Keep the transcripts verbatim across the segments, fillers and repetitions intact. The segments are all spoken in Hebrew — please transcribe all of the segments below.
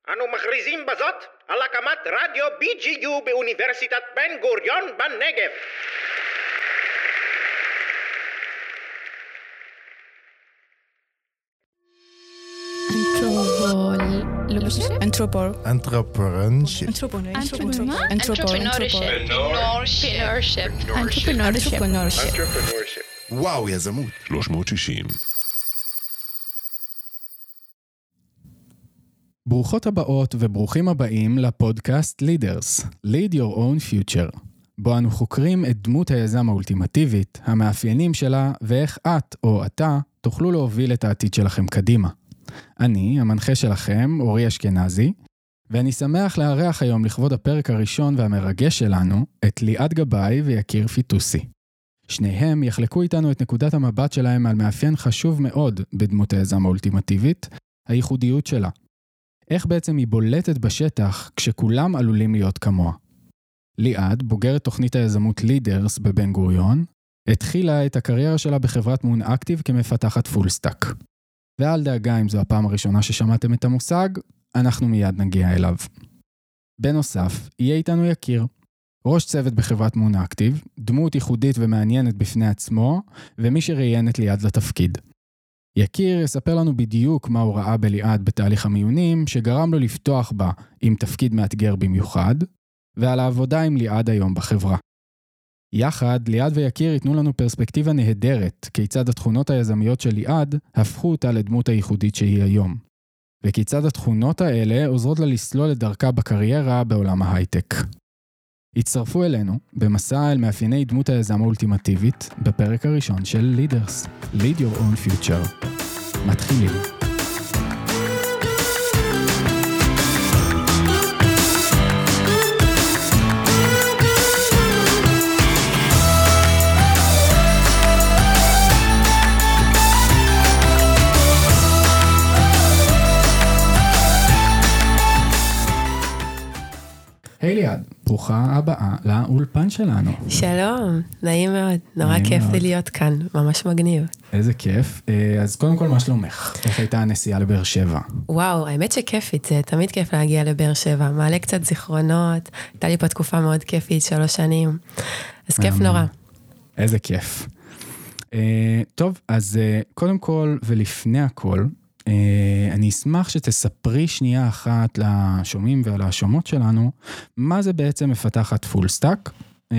אנו מכריזים בזאת על הקמת רדיו בי ג'י יו באוניברסיטת בן גוריון בנגב. Entrepreneur. Entrepreneurship. Entrepreneurship. Entrepreneurship. וואו, יזמות. שלוש מאות ושישים. ברוכות הבאות וברוכים הבאים לפודקאסט Leaders, Lead Your Own Future, בו אנו חוקרים את דמות היזם האולטימטיבית, המאפיינים שלה ואיך את או אתה תוכלו להוביל את העתיד שלכם קדימה. אני, המנחה שלכם, אורי אשכנזי, ואני שמח לארח היום לכבוד הפרק הראשון והמרגש שלנו, את ליעד גבאי ויקיר פיטוסי. שניהם יחלקו איתנו את נקודת המבט שלהם על מאפיין חשוב מאוד בדמות היזם האולטימטיבית, הייחודיות שלה. איך בעצם היא בולטת בשטח כשכולם עלולים להיות כמוה. ליעד, בוגרת תוכנית היזמות Leaders בבן גוריון, התחילה את הקריירה שלה בחברת מון אקטיב כמפתחת פול סטאק. ואל דאגה אם זו הפעם הראשונה ששמעתם את המושג, אנחנו מיד נגיע אליו. בנוסף, יהיה איתנו יקיר, ראש צוות בחברת מון אקטיב, דמות ייחודית ומעניינת בפני עצמו, ומי שראיין את ליעד לתפקיד. יקיר יספר לנו בדיוק מה הוא ראה בליעד בתהליך המיונים, שגרם לו לפתוח בה עם תפקיד מאתגר במיוחד, ועל העבודה עם ליעד היום בחברה. יחד, ליעד ויקיר ייתנו לנו פרספקטיבה נהדרת, כיצד התכונות היזמיות של ליעד הפכו אותה לדמות הייחודית שהיא היום. וכיצד התכונות האלה עוזרות לה לסלול את דרכה בקריירה בעולם ההייטק. הצטרפו אלינו במסע אל מאפייני דמות היזם האולטימטיבית בפרק הראשון של Leaders, Lead Your Own Future. מתחילים. היי ליעד, ברוכה הבאה לאולפן שלנו. שלום, נעים מאוד, נורא כיף לי להיות כאן, ממש מגניב. איזה כיף, אז קודם כל מה שלומך? איך הייתה הנסיעה לבאר שבע? וואו, האמת שכיפית, זה תמיד כיף להגיע לבאר שבע, מעלה קצת זיכרונות, הייתה לי פה תקופה מאוד כיפית, שלוש שנים, אז כיף נורא. איזה כיף. טוב, אז קודם כל ולפני הכל, אני אשמח שתספרי שנייה אחת לשומעים ולשומעות שלנו, מה זה בעצם מפתחת פול סטאק,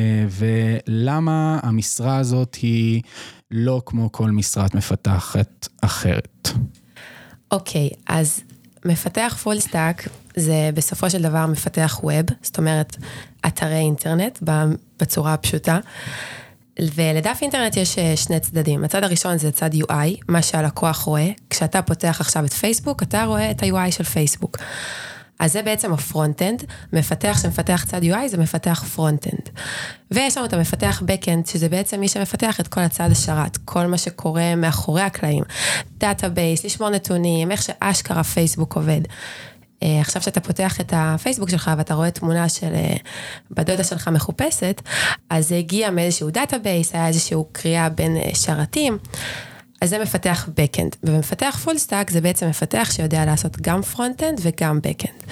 ולמה המשרה הזאת היא לא כמו כל משרת מפתחת אחרת. אוקיי, אז מפתח פול סטאק זה בסופו של דבר מפתח ווב, זאת אומרת אתרי אינטרנט בצורה הפשוטה, ולדף אינטרנט יש שני צדדים. הצד הראשון זה צד יו איי, מה שהלקוח רואה. כשאתה פותח עכשיו את פייסבוק, אתה רואה את ה-יו איי של פייסבוק. אז זה בעצם הפרונט-אנד. מפתח שמפתח צד יו איי זה מפתח פרונט-אנד. ויש לנו את המפתח בק-אנד, שזה בעצם מי שמפתח את כל הצד השרת, כל מה שקורה מאחורי הקלעים. דאטאבייס, לשמור נתונים, איך שאשכרה פייסבוק עובד. עכשיו שאתה פותח את הפייסבוק שלך, ואתה רואה תמונה של בדודה שלך מחופשת, אז זה הגיע מאיזשהו דאטאבייס, היה איזשהו קריאה בין שרתים, אז זה מפתח בק-אנד. ומפתח פול סטאק זה בעצם מפתח שיודע לעשות גם פרונט-אנד וגם בק-אנד.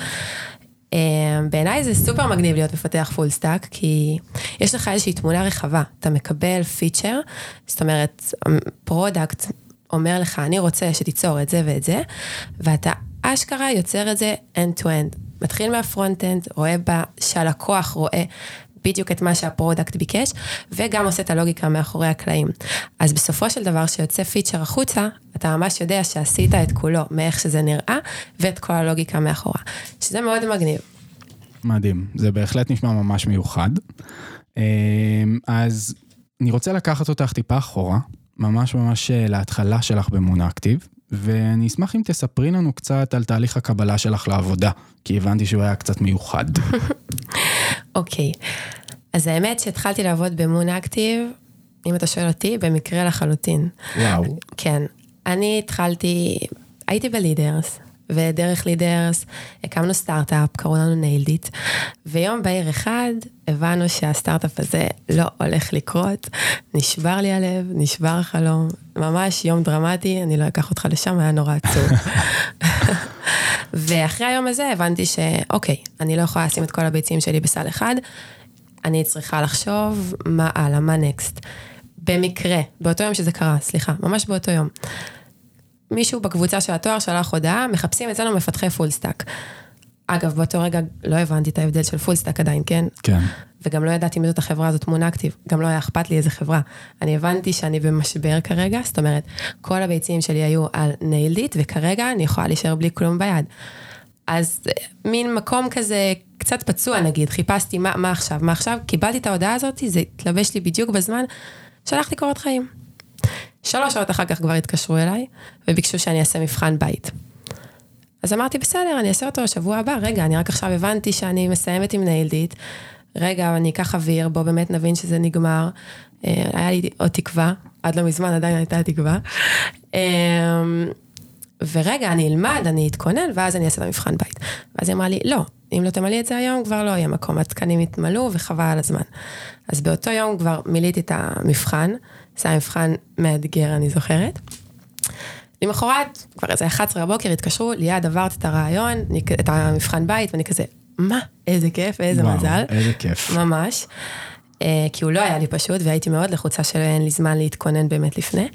בעיניי זה סופר מגניב להיות מפתח פול סטאק, כי יש לך איזושהי תמונה רחבה, אתה מקבל פיצ'ר, זאת אומרת, פרודקט אומר לך, אני רוצה שתיצור את זה ואת זה, ואתה אשכרה יוצר את זה end-to-end. מתחיל מהפרונט-אנד, רואה בה שהלקוח רואה בדיוק את מה שהפרודקט ביקש, וגם עושה את הלוגיקה מאחורי הקלעים. אז בסופו של דבר שיוצא פיצ'ר החוצה, אתה ממש יודע שעשית את כולו, מאיך שזה נראה, ואת כל הלוגיקה מאחורה. שזה מאוד מגניב. מדהים, זה בהחלט נשמע ממש מיוחד. אז אני רוצה לקחת אותך טיפה אחורה, ממש ממש להתחלה שלך במון אקטיב, ואני אשמח אם תספרי לנו קצת על תהליך הקבלה שלך לעבודה, כי הבנתי שהוא היה קצת מיוחד. אוקיי, אז האמת שהתחלתי לעבוד במון אקטיב, אם אתה שואל אותי, במקרה לחלוטין. וואו. כן, אני התחלתי, הייתי בלידרס, ודרך לידרס הקמנו סטארט-אפ, קראו לנו ניילדיט, ויום בהיר אחד הבנו שהסטארט-אפ הזה לא הולך לקרות, נשבר לי הלב, נשבר החלום, ממש יום דרמטי, אני לא אקח אותך לשם, היה נורא עצוב. ואחרי היום הזה הבנתי שאוקיי, אני לא יכולה לשים את כל הביצים שלי בסל אחד, אני צריכה לחשוב מה הלאה, מה נקסט. במקרה, באותו יום שזה קרה, סליחה, ממש באותו יום. מישהו בקבוצה של התואר שלח הודעה, מחפשים אצלנו מפתחי פול סטאק. אגב, באותו רגע לא הבנתי את ההבדל של פול סטאק עדיין, כן? כן. וגם לא ידעתי אם זאת החברה הזאת מונאקטיב, גם לא היה אכפת לי איזה חברה. אני הבנתי שאני במשבר כרגע, זאת אומרת, כל הביצים שלי היו על ניילדית, וכרגע אני יכולה להישאר בלי כלום ביד. אז מין מקום כזה, קצת פצוע נגיד, חיפשתי מה, מה עכשיו, מה עכשיו, קיבלתי את ההודעה הזאת, זה התלבש לי בדיוק בזמן, שלחתי קורות חיים. שלוש שעות אחר כך כבר התקשרו אליי, וביקשו שאני אעשה מבחן בית. אז אמרתי, בסדר, אני אעשה אותו השבוע הבא, רגע, אני רק עכשיו הבנתי שאני מסיימת עם ניילדית, רגע, אני אקח אוויר, בוא באמת נבין שזה נגמר, היה לי עוד תקווה, עד לא מזמן עדיין הייתה תקווה, ורגע, אני אלמד, אני אתכונן, ואז אני אעשה את המבחן בית. ואז היא אמרה לי, לא, אם לא תמלאי את זה היום, כבר לא יהיה מקום, התקנים יתמלאו וחבל על הזמן. אז באותו יום כבר מילאתי את המבחן, זה היה מבחן מאתגר, אני זוכרת. למחרת, כבר איזה אחת עשרה בבוקר, התקשרו, ליד עברת את הרעיון, את המבחן בית, ואני כזה, מה? איזה כיף, איזה וואו, מזל. איזה כיף. ממש. כי הוא לא היה לי פשוט, והייתי מאוד לחוצה שאין לי זמן להתכונן באמת לפני.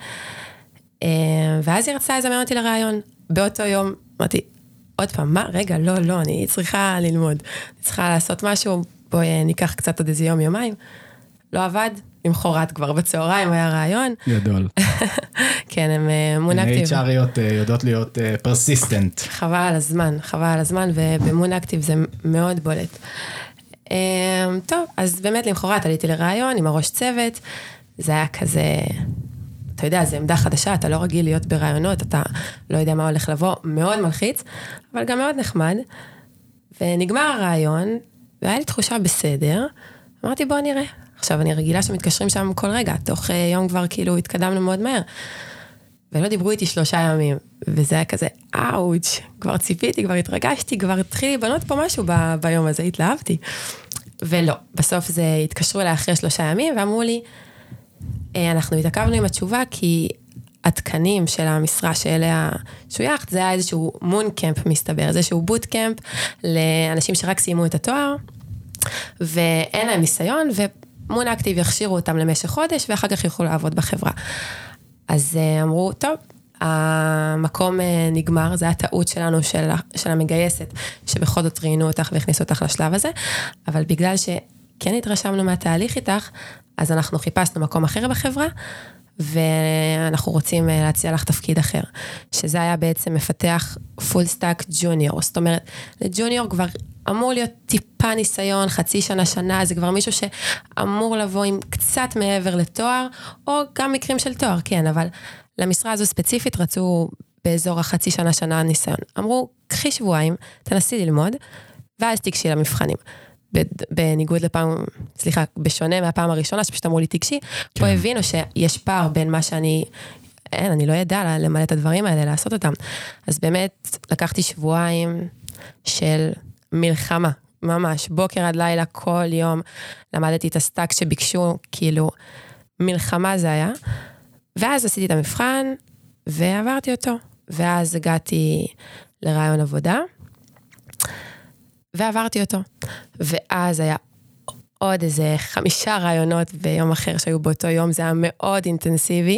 ואז היא רצתה לזמן אותי לרעיון. באותו יום, אמרתי, עוד פעם, מה? רגע, לא, לא, אני צריכה ללמוד. אני צריכה לעשות משהו, בואי ניקח קצת עוד איזה יום, יומיים. לא עבד, למחרת כבר בצהריים היה רעיון. גדול. כן, הם מונאקטיב. אייץ' אריות יודעות להיות פרסיסטנט. חבל על הזמן, חבל על הזמן, ובמונאקטיב זה מאוד בולט. טוב, אז באמת למחרת עליתי לרעיון עם הראש צוות, זה היה כזה, אתה יודע, זה עמדה חדשה, אתה לא רגיל להיות ברעיונות, אתה לא יודע מה הולך לבוא, מאוד מלחיץ, אבל גם מאוד נחמד, ונגמר הרעיון, והיה לי תחושה בסדר, אמרתי בוא נראה, עכשיו אני רגילה שמתקשרים שם כל רגע, תוך יום כבר כאילו התקדמנו מאוד מהר, ולא דיברו איתי שלושה ימים, וזה היה כזה, אאוץ', כבר ציפיתי, כבר התרגשתי, כבר התחיל לבנות פה משהו ב- ביום הזה, התלהבתי. ולא, בסוף זה התקשרו אליי אחרי שלושה ימים, ואמרו לי, אנחנו התעכבנו עם התשובה, כי התקנים של המשרה שאליה שויכת, זה היה איזשהו מון קמפ מסתבר, איזשהו בוט קמפ, לאנשים שרק סיימו את התואר, ואין להם ניסיון, ומונאקטיב יכשירו אותם למשך חודש, ואחר כך יוכלו לעבוד בחברה. אז אמרו, טוב, המקום נגמר, זה הטעות שלנו, של, של המגייסת, שבכל זאת ראינו אותך והכניסו אותך לשלב הזה, אבל בגלל שכן התרשמנו מהתהליך איתך, אז אנחנו חיפשנו מקום אחר בחברה, ואנחנו רוצים להציע לך תפקיד אחר, שזה היה בעצם מפתח פול סטאק ג'וניור, זאת אומרת, לג'וניור כבר אמור להיות טיפה ניסיון, חצי שנה, שנה, זה כבר מישהו שאמור לבוא עם קצת מעבר לתואר, או גם מקרים של תואר, כן, אבל למשרה הזו ספציפית רצו באזור החצי שנה, שנה ניסיון. אמרו, קחי שבועיים, תנסי ללמוד, ואז תגשי למבחנים. בניגוד לפעם, סליחה, בשונה מהפעם הראשונה, שפשוט אמרו לי תגשי, כן. פה הבינו שיש פער בין מה שאני, אין, אני לא ידע למלא את הדברים האלה, לעשות אותם. אז באמת, לקחתי שבועיים של מלחמה, ממש, בוקר עד לילה, כל יום, למדתי את הסטאק שביקשו, כאילו, מלחמה זה היה, ואז עשיתי את המבחן, ועברתי אותו, ואז הגעתי לרעיון עבודה, ועברתי אותו, ואז היה עוד איזה חמישה רעיונות ביום אחר שהיו באותו יום, זה היה מאוד אינטנסיבי,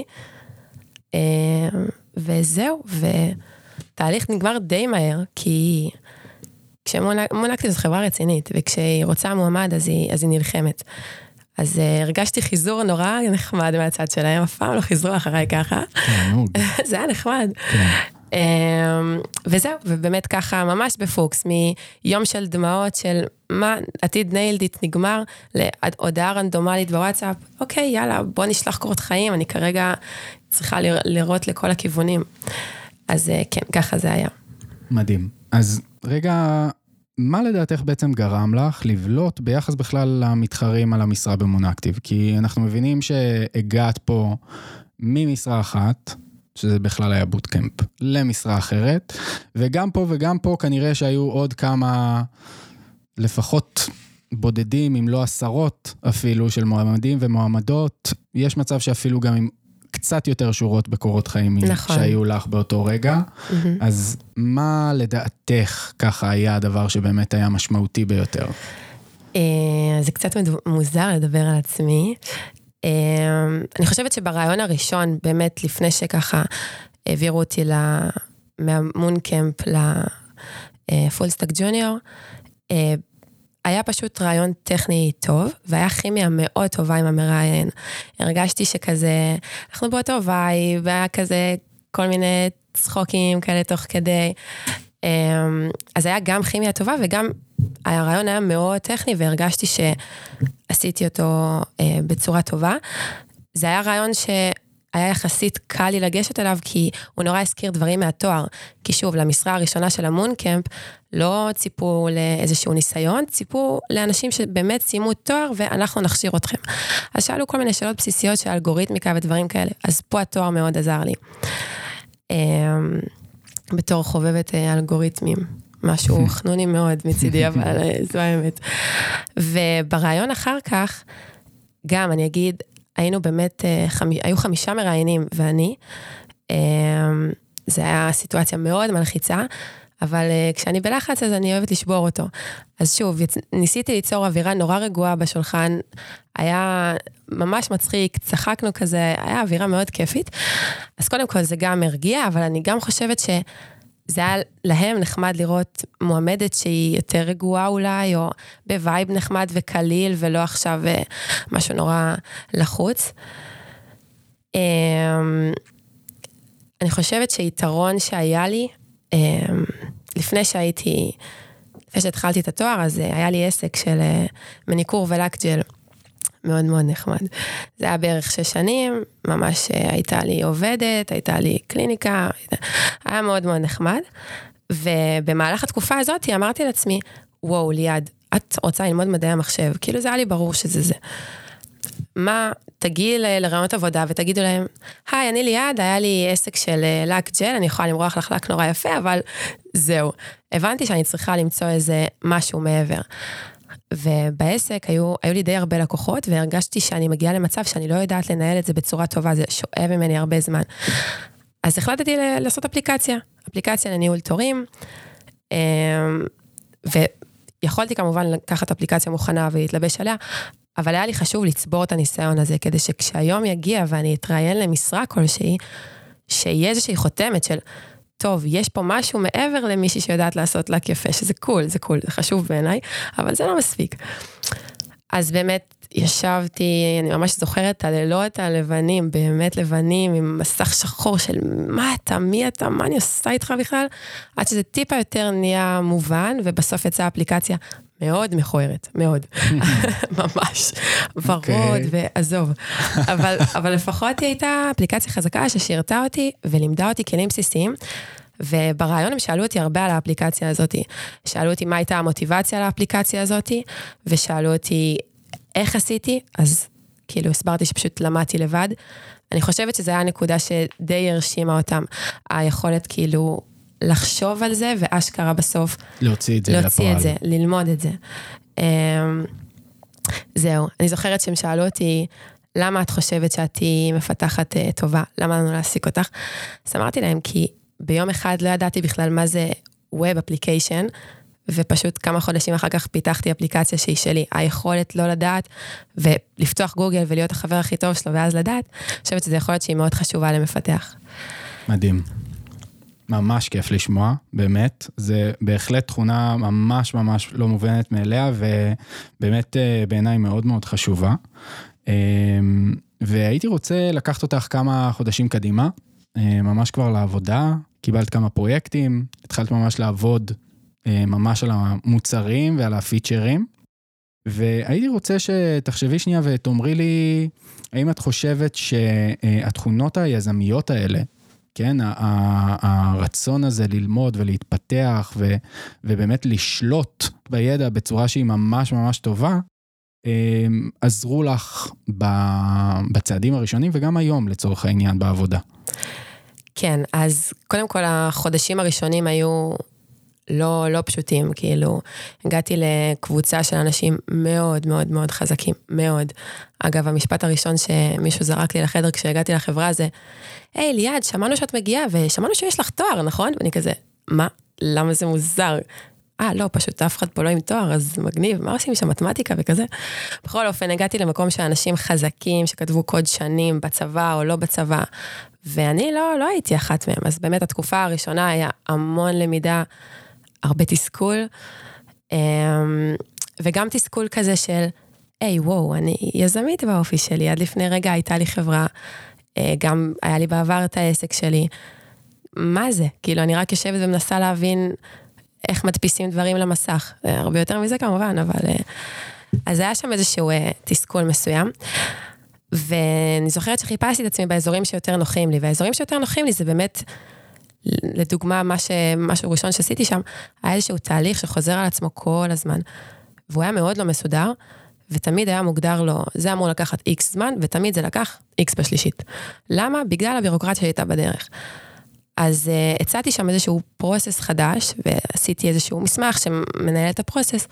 וזהו, ותהליך נגמר די מהר, כי כשמונאקטיב זו חברה רצינית, וכשהיא רוצה מועמד, אז היא, אז היא נלחמת. אז uh, הרגשתי חיזור נורא נחמד מהצד שלהם, אף פעם לא חיזרו אחריי ככה. זה היה נחמד. Um, וזהו, ובאמת ככה ממש בפוקס, מיום של דמעות של מה, עתיד ניילדית נגמר, להודעה רנדומלית בוואטסאפ, אוקיי, יאללה, בוא נשלח קורות חיים, אני כרגע צריכה לראות לכל הכיוונים. אז uh, כן, ככה זה היה. מדהים. אז רגע, מה לדעתך בעצם גרם לך לבלוט ביחס בכלל למתחרים על המשרה במונאקטיב? כי אנחנו מבינים שהגעת פה ממשרה אחת, שזה בכלל היה בוטקמפ, למשרה אחרת, וגם פה וגם פה כנראה שהיו עוד כמה, לפחות בודדים, אם לא עשרות אפילו, של מועמדים ומועמדות. יש מצב שאפילו גם עם קצת יותר שורות בקורות חיים נכון. שהיו לך באותו רגע. אז מה לדעתך ככה היה הדבר שבאמת היה משמעותי ביותר? זה קצת מוזר לדבר על עצמי. אני חושבת שברעיון הראשון, באמת לפני שככה העבירו אותי מהמונקמפ לפולסטק ג'וניור, היה פשוט רעיון טכני טוב, והיה כימיה מאוד טובה עם המראיין. הרגשתי שכזה, אנחנו באותו וייב, והיה כזה כל מיני צחוקים כאלה תוך כדי. אז היה גם כימיה טובה, וגם הרעיון היה מאוד טכני, והרגשתי שעשיתי אותו בצורה טובה. זה היה רעיון שהיה יחסית קל לי לגשת אליו, כי הוא נורא הזכיר דברים מהתואר. כי שוב, למשרה הראשונה של המונקמפ, לא ציפו לאיזשהו ניסיון, ציפו לאנשים שבאמת סיימו תואר, ואנחנו נכשיר אתכם. אז שאלו כל מיני שאלות בסיסיות של אלגוריתמיקה ודברים כאלה. אז פה התואר מאוד עזר לי. בתור חובבת אלגוריתמים. משהו חנוני מאוד מצידי, אבל זו האמת. וברעיון אחר כך, גם אני אגיד, היינו באמת, היו חמישה מראיינים, ואני, זה היה סיטואציה מאוד מלחיצה, אבל כשאני בלחץ, אז אני אוהבת לשבור אותו. אז שוב, ניסיתי ליצור אווירה נורא רגועה בשולחן, היה ממש מצחיק, צחקנו כזה, היה אווירה מאוד כיפית. אז קודם כל זה גם הרגיע, אבל אני גם חושבת ש... זה היה להם נחמד לראות מועמדת שהיא יותר רגועה אולי, או בווייב נחמד וקליל, ולא עכשיו משהו נורא לחוץ. אני חושבת שיתרון שהיה לי, לפני שהייתי, לפני שהתחלתי את התואר, אז היה לי עסק של מניקור ולק ג'ל. מאוד מאוד נחמד. זה היה בערך שש שנים, ממש הייתה לי עובדת, הייתה לי קליניקה, היה מאוד מאוד נחמד, ובמהלך התקופה הזאת אמרתי לעצמי, וואו, ליד, את רוצה ללמוד מדעי המחשב, כאילו זה היה לי ברור שזה זה. מה, תגיעי לרעיונות עבודה ותגידו להם, היי, אני ליד, היה לי עסק של לק ג'ל, אני יכולה למרוח לך לק נורא יפה, אבל זהו. הבנתי שאני צריכה למצוא איזה משהו מעבר. ובעסק היו, היו לי די הרבה לקוחות, והרגשתי שאני מגיעה למצב שאני לא יודעת לנהל את זה בצורה טובה, זה שואב ממני הרבה זמן. אז החלטתי לעשות אפליקציה, אפליקציה לניהול תורים, ויכולתי כמובן לקחת אפליקציה מוכנה ולהתלבש עליה, אבל היה לי חשוב לצבור את הניסיון הזה, כדי שכשהיום יגיע ואני אתראיין למשרה כלשהי, שיהיה איזושהי חותמת של, טוב, יש פה משהו מעבר למישהי שיודעת לעשות לק יפה, שזה קול, זה קול, זה חשוב בעיניי, אבל זה לא מספיק. אז באמת ישבתי, אני ממש זוכרת את הלילות הלבנים, באמת לבנים, עם מסך שחור של מה אתה, מי אתה, מה אני עושה איתך בכלל, עד שזה טיפה יותר נהיה מובן, ובסוף יצאה אפליקציה מאוד מכוערת, מאוד, ממש, ורוד ועזוב, אבל, אבל לפחות היא הייתה אפליקציה חזקה ששירתה אותי ולימדה אותי כלים בסיסיים, וברעיון הם שאלו אותי הרבה על האפליקציה הזאת, שאלו אותי מה הייתה המוטיבציה לאפליקציה הזאת, ושאלו אותי איך עשיתי, אז כאילו הסברתי שפשוט למדתי לבד, אני חושבת שזו הייתה הנקודה שדי הרשימה אותם, היכולת כאילו, לחשוב על זה, ואשכרה בסוף להוציא את זה להוציא לפועל. את זה, ללמוד את זה. זהו, אני זוכרת שהם שאלו אותי, למה את חושבת שאת מפתחת טובה? למה לנו להעסיק אותך? אז אמרתי להם, כי ביום אחד לא ידעתי בכלל מה זה Web Application, ופשוט כמה חודשים אחר כך פיתחתי אפליקציה שהיא שלי, היכולת לא לדעת, ולפתוח גוגל ולהיות החבר הכי טוב שלו, ואז לדעת, אני חושבת שזה יכולת שהיא מאוד חשובה למפתח. מדהים. ממש כיף לשמוע, באמת. זה בהחלט תכונה ממש ממש לא מובנת מאליה, ובאמת בעיניי מאוד מאוד חשובה. והייתי רוצה לקחת אותך כמה חודשים קדימה, ממש כבר לעבודה, קיבלת כמה פרויקטים, התחלת ממש לעבוד ממש על המוצרים ועל הפיצ'רים, והייתי רוצה שתחשבי שנייה ותאמרי לי, האם את חושבת שהתכונות היזמיות האלה, כן, הרצון הזה ללמוד ולהתפתח ו, ובאמת לשלוט בידע בצורה שהיא ממש ממש טובה, עזרו לך בצעדים הראשונים וגם היום לצורך העניין בעבודה. כן, אז קודם כל החודשים הראשונים היו לא, לא פשוטים, כאילו, הגעתי לקבוצה של אנשים מאוד מאוד מאוד חזקים, מאוד. אגב, המשפט הראשון שמישהו זרק לי לחדר כשהגעתי לחברה זה, היי, ליעד, שמענו שאת מגיעה, ושמענו שיש לך תואר, נכון? ואני כזה, מה? למה זה מוזר? אה, לא, פשוט אף אחד פה לא עם תואר, אז מגניב, מה עושים שם מתמטיקה וכזה? בכל אופן, הגעתי למקום שאנשים חזקים, שכתבו קוד שנים בצבא או לא בצבא, ואני לא, לא הייתי אחת מהם, אז באמת התקופה הראשונה היה המון למידה, הרבה תסכול, וגם תסכול כזה של, היי, וואו, אני יזמית באופי שלי, עד לפני רגע הייתה לי חברה, גם היה לי בעבר את העסק שלי, מה זה? כאילו, אני רק יושבת ומנסה להבין איך מדפיסים דברים למסך, הרבה יותר מזה כמובן, אבל אז היה שם איזשהו תסכול מסוים, ואני זוכרת שחיפשתי את עצמי באזורים שיותר נוחים לי, והאזורים שיותר נוחים לי זה באמת, לדוגמה, מה ש... משהו ראשון שעשיתי שם, היה איזשהו תהליך שחוזר על עצמו כל הזמן, והוא היה מאוד לא מסודר, ותמיד היה מוגדר לו, זה אמור לקחת X זמן, ותמיד זה לקח X בשלישית. למה? בגלל הבירוקרטיה שהייתה בדרך. אז uh, הצעתי שם איזשהו פרוסס חדש, ועשיתי איזשהו מסמך שמנהל את הפרוסס,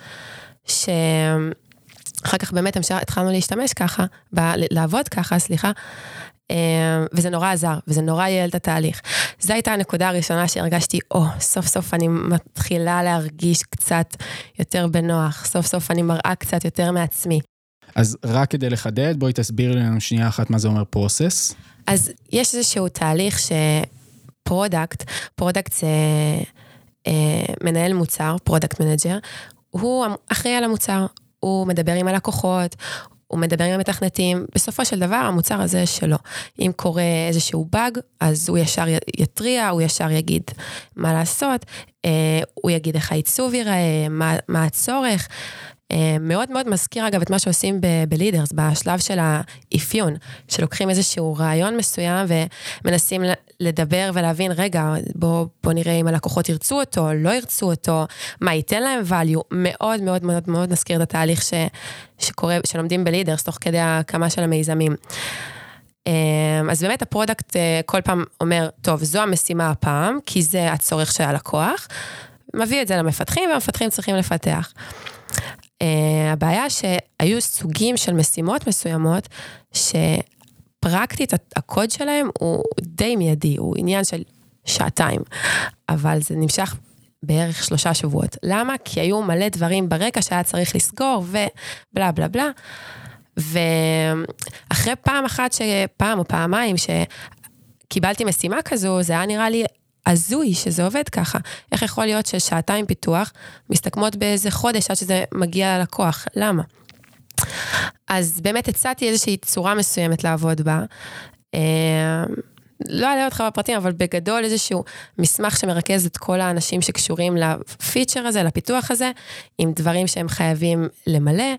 שאחר כך באמת התחלנו להשתמש ככה, ב- לעבוד ככה, סליחה, uh, וזה נורא עזר, וזה נורא ייעל את התהליך. זו הייתה הנקודה הראשונה שהרגשתי, או, oh, סוף סוף אני מתחילה להרגיש קצת יותר בנוח, סוף סוף אני מראה קצת יותר מעצמי. אז רק כדי לחדד, בואי תסביר לנו שנייה אחת מה זה אומר פרוסס. אז יש איזשהו תהליך ש... פרודקט, פרודקט זה אה, מנהל מוצר, פרודקט מנג'ר, הוא אחראי על המוצר, הוא מדבר עם הלקוחות, הוא מדבר עם המתכנתים, בסופו של דבר המוצר הזה שלו. אם קורה איזשהו באג, אז הוא ישר יטריע, הוא ישר יגיד מה לעשות, אה, הוא יגיד איך העיצוב ייראה, מה, מה הצורך, מאוד מאוד מזכיר אגב את מה שעושים בלידרס, בשלב של האפיון, שלוקחים איזשהו רעיון מסוים ומנסים לדבר ולהבין, רגע, בוא, בוא נראה אם הלקוחות ירצו אותו, לא ירצו אותו, מה ייתן להם value, מאוד מאוד מאוד מאוד נזכיר את התהליך ש, שקורה, שלומדים בלידרס, תוך כדי ההקמה של המיזמים. אז באמת הפרודקט כל פעם אומר, טוב, זו המשימה הפעם, כי זה הצורך של הלקוח, מביא את זה למפתחים, והמפתחים צריכים לפתח. Uh, הבעיה שהיו סוגים של משימות מסוימות, שפרקטית הקוד שלהם הוא די מיידי, הוא עניין של שעתיים, אבל זה נמשך בערך שלושה שבועות. למה? כי היו מלא דברים ברקע שהיה צריך לסגור, ובלה בלה בלה, ואחרי פעם אחת, שפעם או פעמיים, שקיבלתי משימה כזו, זה היה נראה לי הזוי שזה עובד ככה. איך יכול להיות ששעתיים פיתוח מסתכמות באיזה חודש עד שזה מגיע ללקוח? למה? אז באמת הצעתי איזושהי צורה מסוימת לעבוד בה. לא אעלה אותך בפרטים, אבל בגדול איזשהו מסמך שמרכז את כל האנשים שקשורים לפיצ'ר הזה, לפיתוח הזה, עם דברים שהם חייבים למלא,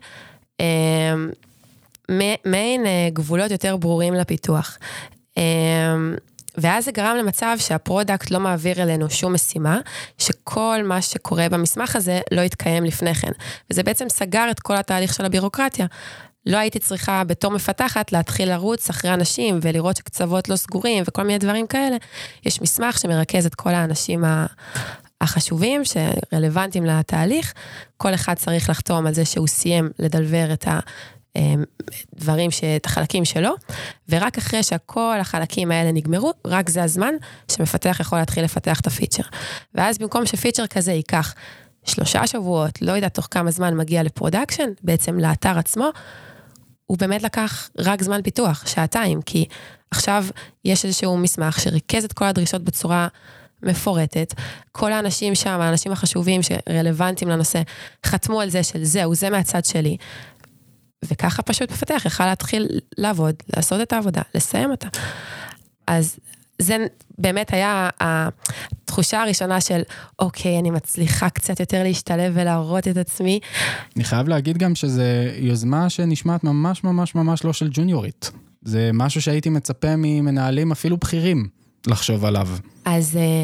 מעין גבולות יותר ברורים לפיתוח. ואז זה גרם למצב שהפרודקט לא מעביר אלינו שום משימה, שכל מה שקורה במסמך הזה לא יתקיים לפני כן. וזה בעצם סגר את כל התהליך של הבירוקרטיה. לא הייתי צריכה בתור מפתחת להתחיל לרוץ אחרי אנשים, ולראות שקצוות לא סגורים, וכל מיני דברים כאלה. יש מסמך שמרכז את כל האנשים החשובים, שרלוונטיים לתהליך. כל אחד צריך לחתום על זה שהוא סיים לדלבר את ה... דברים, את החלקים שלו, ורק אחרי שכל החלקים האלה נגמרו, רק זה הזמן שמפתח יכול להתחיל לפתח את הפיצ'ר. ואז במקום שפיצ'ר כזה ייקח שלושה שבועות, לא יודע תוך כמה זמן מגיע לפרודקשן, בעצם לאתר עצמו, הוא באמת לקח רק זמן פיתוח, שעתיים, כי עכשיו יש איזשהו מסמך שריכז את כל הדרישות בצורה מפורטת, כל האנשים שם, האנשים החשובים שרלוונטיים לנושא, חתמו על זה של זהו, זה מהצד שלי, וככה פשוט מפתח, יכל להתחיל לעבוד, לעשות את העבודה, לסיים אותה. אז זה באמת היה התחושה הראשונה של, אוקיי, אני מצליחה קצת יותר להשתלב ולהראות את עצמי. אני חייב להגיד גם שזה יוזמה שנשמעת ממש ממש ממש לא של ג'וניורית. זה משהו שהייתי מצפה ממנהלים אפילו בכירים לחשוב עליו. אז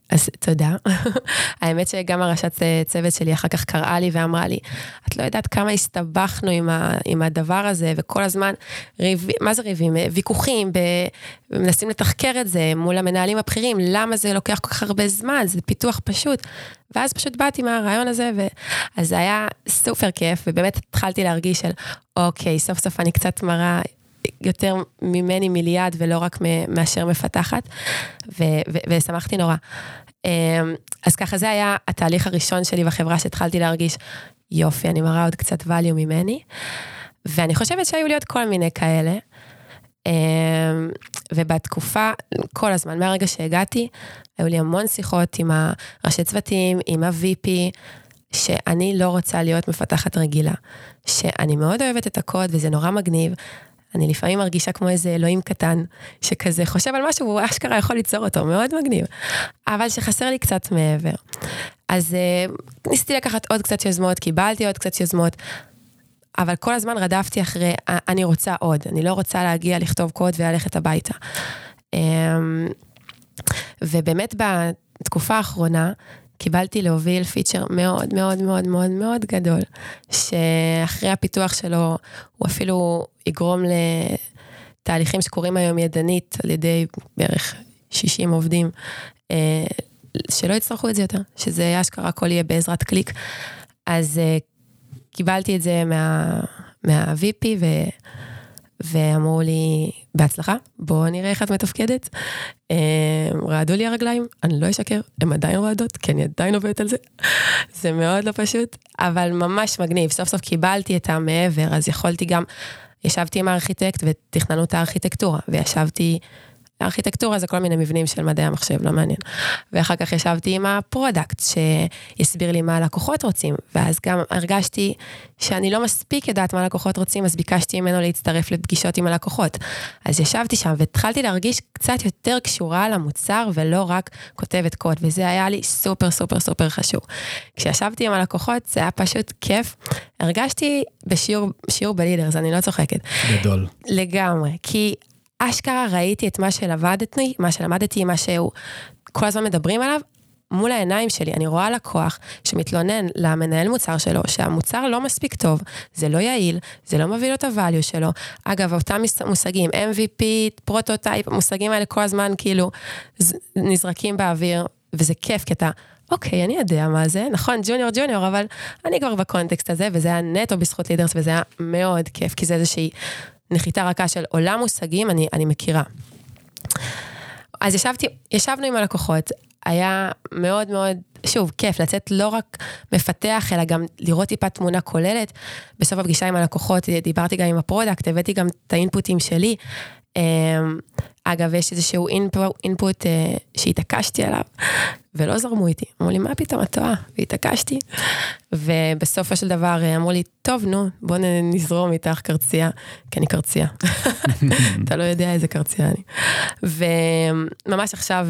אז תודה. האמת שגם הראשת צוות שלי אחר כך קראה לי ואמרה לי, את לא יודעת כמה הסתבכנו עם, ה, עם הדבר הזה, וכל הזמן, ריב, מה זה ריבים? ויכוחים, ב, מנסים לתחקר את זה מול המנהלים הבכירים, למה זה לוקח כל כך הרבה זמן, זה פיתוח פשוט. ואז פשוט באתי מהרעיון הזה, ו... אז זה היה סופר כיף, ובאמת התחלתי להרגיש של, אוקיי, סוף סוף אני קצת מראה, יותר ממני מיליארד ולא רק מאשר מפתחת, ו- ו- ושמחתי נורא. אז ככה זה היה התהליך הראשון שלי בחברה שהתחלתי להרגיש, יופי, אני מראה עוד קצת value ממני, ואני חושבת שהיו לי עוד כל מיני כאלה, ובתקופה, כל הזמן, מהרגע שהגעתי, היו לי המון שיחות עם הראשי צוותים, עם ה-וי פי, שאני לא רוצה להיות מפתחת רגילה, שאני מאוד אוהבת את הקוד וזה נורא מגניב, אני לפעמים מרגישה כמו איזה אלוהים קטן, שכזה חושב על משהו, והוא אשכרה יכול ליצור אותו, מאוד מגניב. אבל שחסר לי קצת מעבר. אז uh, ניסיתי לקחת עוד קצת יוזמות, קיבלתי עוד קצת יוזמות, אבל כל הזמן רדפתי אחרי, אני רוצה עוד, אני לא רוצה להגיע לכתוב קוד וללכת הביתה. Um, ובאמת בתקופה האחרונה, קיבלתי להוביל פיצ'ר מאוד מאוד מאוד מאוד מאוד גדול, שאחרי הפיתוח שלו, הוא אפילו יגרום לתהליכים שקורים היום ידנית, על ידי בערך שישים עובדים, שלא יצטרכו את זה יותר, שזה אשכרה הכל יהיה בעזרת קליק. אז קיבלתי את זה מה, מה-וי פי, ו... ואמרו לי, בהצלחה, בואו נראה איך את מתפקדת. רעדו לי הרגליים, אני לא אשקר, הן עדיין רעדות, כי אני עדיין עובדת על זה. זה מאוד לא פשוט, אבל ממש מגניב. סוף סוף קיבלתי את המעבר, אז יכולתי גם, ישבתי עם הארכיטקט ותכננו את הארכיטקטורה, וישבתי, הארכיטקטורה זה כל מיני מבנים של מדעי המחשב, לא מעניין. ואחר כך ישבתי עם הפרודקט, שיסביר לי מה הלקוחות רוצים, ואז גם הרגשתי שאני לא מספיק יודעת מה הלקוחות רוצים, אז ביקשתי ממנו להצטרף לפגישות עם הלקוחות. אז ישבתי שם, והתחלתי להרגיש קצת יותר קשורה למוצר, ולא רק כותבת קוד, וזה היה לי סופר סופר סופר חשוב. כשישבתי עם הלקוחות, זה היה פשוט כיף. הרגשתי בשיעור, שיעור בלידרס, אני לא צוחקת. גדול. לגמרי, כי אשכרה ראיתי את מה שלמדתי, מה שלמדתי, מה שהוא כל הזמן מדברים עליו, מול העיניים שלי. אני רואה לקוח שמתלונן למנהל מוצר שלו, שהמוצר לא מספיק טוב, זה לא יעיל, זה לא מביא לו את הvalue שלו. אגב, אותם מושגים, אם וי פי, פרוטוטייפ, המושגים האלה כל הזמן כאילו נזרקים באוויר, וזה כיף, כי אתה, אוקיי, אני יודע מה זה, נכון, ג'וניור ג'וניור, אבל אני כבר בקונטקסט הזה, וזה היה נטו בזכות לידרס, וזה היה מאוד כיף, כי זה איזושהי נחיתה רכה של עולם מושגים, אני, אני מכירה. אז ישבתי, ישבנו עם הלקוחות, היה מאוד מאוד, שוב, כיף, לצאת לא רק מפתח, אלא גם לראות טיפה תמונה כוללת. בסוף הפגישה עם הלקוחות, דיברתי גם עם הפרודקט, הבאתי גם את האינפוטים שלי. אגב, יש איזשהו אינפוט שהתעקשתי עליו, ולא זרמו איתי. אמרו לי, מה פתאום את טועה? והתעקשתי. ובסופו של דבר אמרו לי, טוב, נו, בוא נזרום איתך קרצייה, כי אני קרצייה. אתה לא יודע איזה קרצייה אני. וממש עכשיו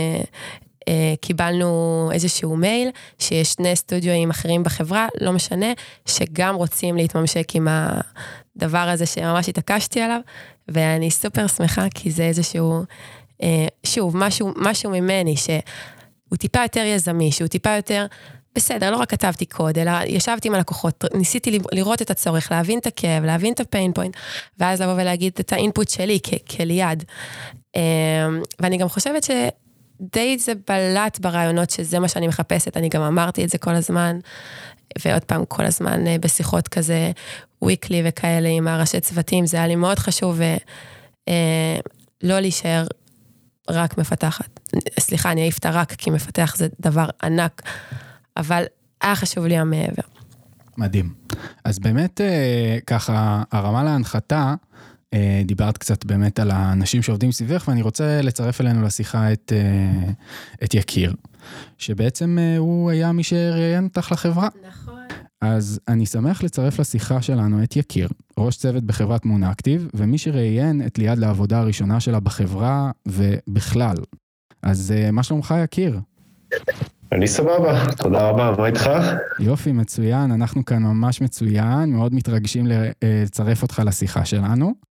קיבלנו איזשהו מייל, שיש שני סטודיואים אחרים בחברה, לא משנה, שגם רוצים להתממשק עם הדבר הזה שממש התעקשתי עליו, ואני סופר שמחה, כי זה איזשהו, שוב, משהו, משהו ממני, שהוא טיפה יותר יזמי, שהוא טיפה יותר, בסדר, לא רק כתבתי קוד, אלא ישבתי עם הלקוחות, ניסיתי לראות את הצורך, להבין את הכאב, להבין את הפיין פוינט, ואז לבוא ולהגיד את האינפוט שלי כ- כליד. ואני גם חושבת ש... די זה בלט ברעיונות שזה מה שאני מחפשת, אני גם אמרתי את זה כל הזמן, ועוד פעם כל הזמן בשיחות כזה, וויקלי וכאלה עם הראשי צוותים, זה היה לי מאוד חשוב, ולא להישאר רק מפתחת. סליחה, אני אעיף את הרק, כי מפתח זה דבר ענק, אבל היה חשוב לי המעבר. מדהים. אז באמת ככה, הרמה להנחתה, דיברת קצת באמת על האנשים שעובדים סביבך, ואני רוצה לצרף אלינו לשיחה את, את יקיר, שבעצם הוא היה מי שראיין אותך לחברה. נכון. אז אני שמח לצרף לשיחה שלנו את יקיר, ראש צוות בחברת מונאקטיב, ומי שראיין את ליעד לעבודה הראשונה שלה בחברה ובכלל. אז מה שלומך יקיר? אני סבבה, תודה רבה, מה איתך? יופי, מצוין, אנחנו כאן ממש מצוין, מאוד מתרגשים לצרף אותך לשיחה שלנו.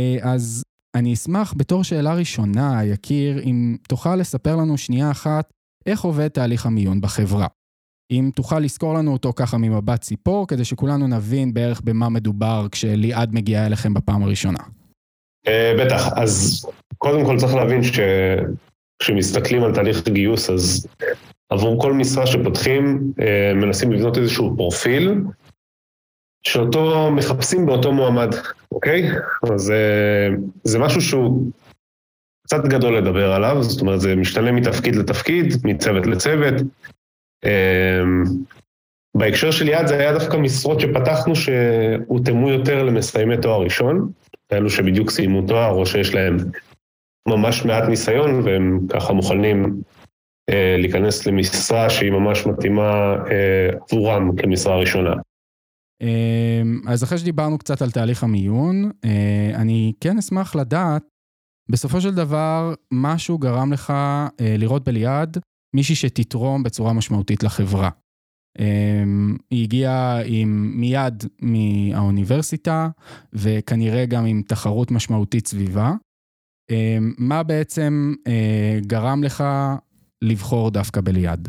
אז אני אשמח בתור שאלה ראשונה, יקיר, אם תוכל לספר לנו שנייה אחת איך עובד תהליך המיון בחברה. אם תוכל לזכור לנו אותו ככה ממבט ציפור, כדי שכולנו נבין בערך במה מדובר כשליעד מגיעה אליכם בפעם הראשונה. בטח, אז קודם כל צריך להבין שכשמסתכלים על תהליך גיוס, אז עבור כל משרה שפותחים, מנסים לבנות איזשהו פרופיל, שאותו מחפשים באותו מועמד, אוקיי? אז זה משהו שהוא קצת גדול לדבר עליו, זאת אומרת, זה משתנה מתפקיד לתפקיד, מצוות לצוות. בהקשר של יעד זה היה דווקא משרות שפתחנו שהותאמו יותר למסיימי תואר ראשון, אלו שבדיוק סיימו תואר או שיש להם ממש מעט ניסיון, והם ככה מוכנים אה, להיכנס למשרה שהיא ממש מתאימה אה, עבורם כמשרה ראשונה. אז אחרי שדיברנו קצת על תהליך המיון, אה, אני כן אשמח לדעת, בסופו של דבר משהו גרם לך אה, לראות בליעד מישהי שתתרום בצורה משמעותית לחברה. היא הגיעה עם מיד מהאוניברסיטה, וכנראה גם עם תחרות משמעותית סביבה. מה בעצם גרם לך לבחור דווקא בליעד?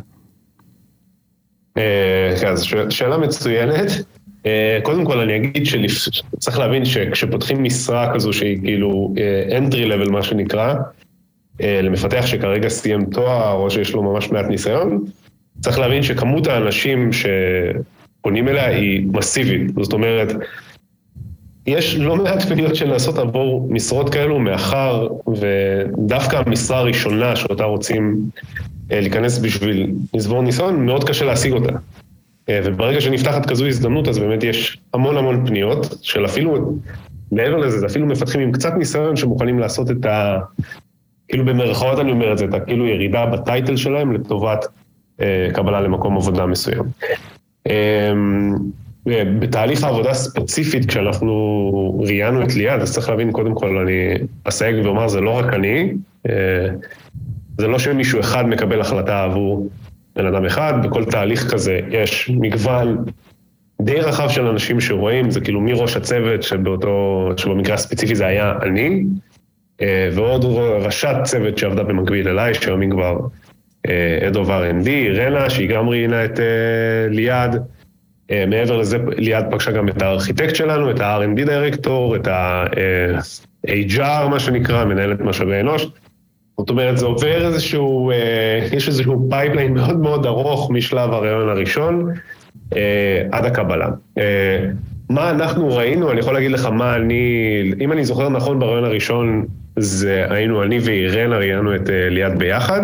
אז שאלה מצוינת. קודם כל אני אגיד שצריך להבין שכשפותחים משרה כזו שהיא כאילו entry level מה שנקרא, למפתח שכרגע סיים תואר או שיש לו ממש מעט ניסיון, צריך להבין שכמות האנשים שפונים אליה היא מסיבית. זאת אומרת, יש לא מעט פניות שנעשות עבור משרות כאלו מאחר, ודווקא המשרה הראשונה שאותה רוצים להיכנס בשביל לצבור ניסיון, מאוד קשה להשיג אותה. וברגע שנפתחת כזו הזדמנות, אז באמת יש המון המון פניות, של אפילו, מעבר לזה, זה אפילו מפתחים עם קצת ניסיון שמוכנים לעשות את ה... כאילו במרכאות אני אומר את זה, את כאילו ירידה בטייטל שלהם לטובת אה, קבלה למקום עבודה מסוים. אה, בתהליך העבודה ספציפית, כשאנחנו ראיינו את ליעד, אז צריך להבין, קודם כל אני אסייג ואומר, זה לא רק אני, אה, זה לא שמישהו אחד מקבל החלטה עבור בן אדם אחד, בכל תהליך כזה יש מגוון די רחב של אנשים שרואים, זה כאילו מראש הצוות שבאותו, שבמקרה הספציפי זה היה אני, ועוד ראשת צוות שעבדה במקביל אליי, שהיום היא כבר Head of אר אנד די, רנה, שהיא גם ראיינה את ליעד. מעבר לזה, ליעד פגשה גם את הארכיטקט שלנו, את ה-אר אנד די דירקטור, את ה-אייץ' אר, מה שנקרא, מנהלת משאבי אנוש. זאת אומרת, זה עובר איזשהו, יש איזשהו פייפליין מאוד מאוד ארוך משלב הרעיון הראשון עד הקבלה. מה אנחנו ראינו, אני יכול להגיד לך מה אני, אם אני זוכר נכון ברעיון הראשון, זה היינו אני ואירנה ראיינו את ליעד ביחד.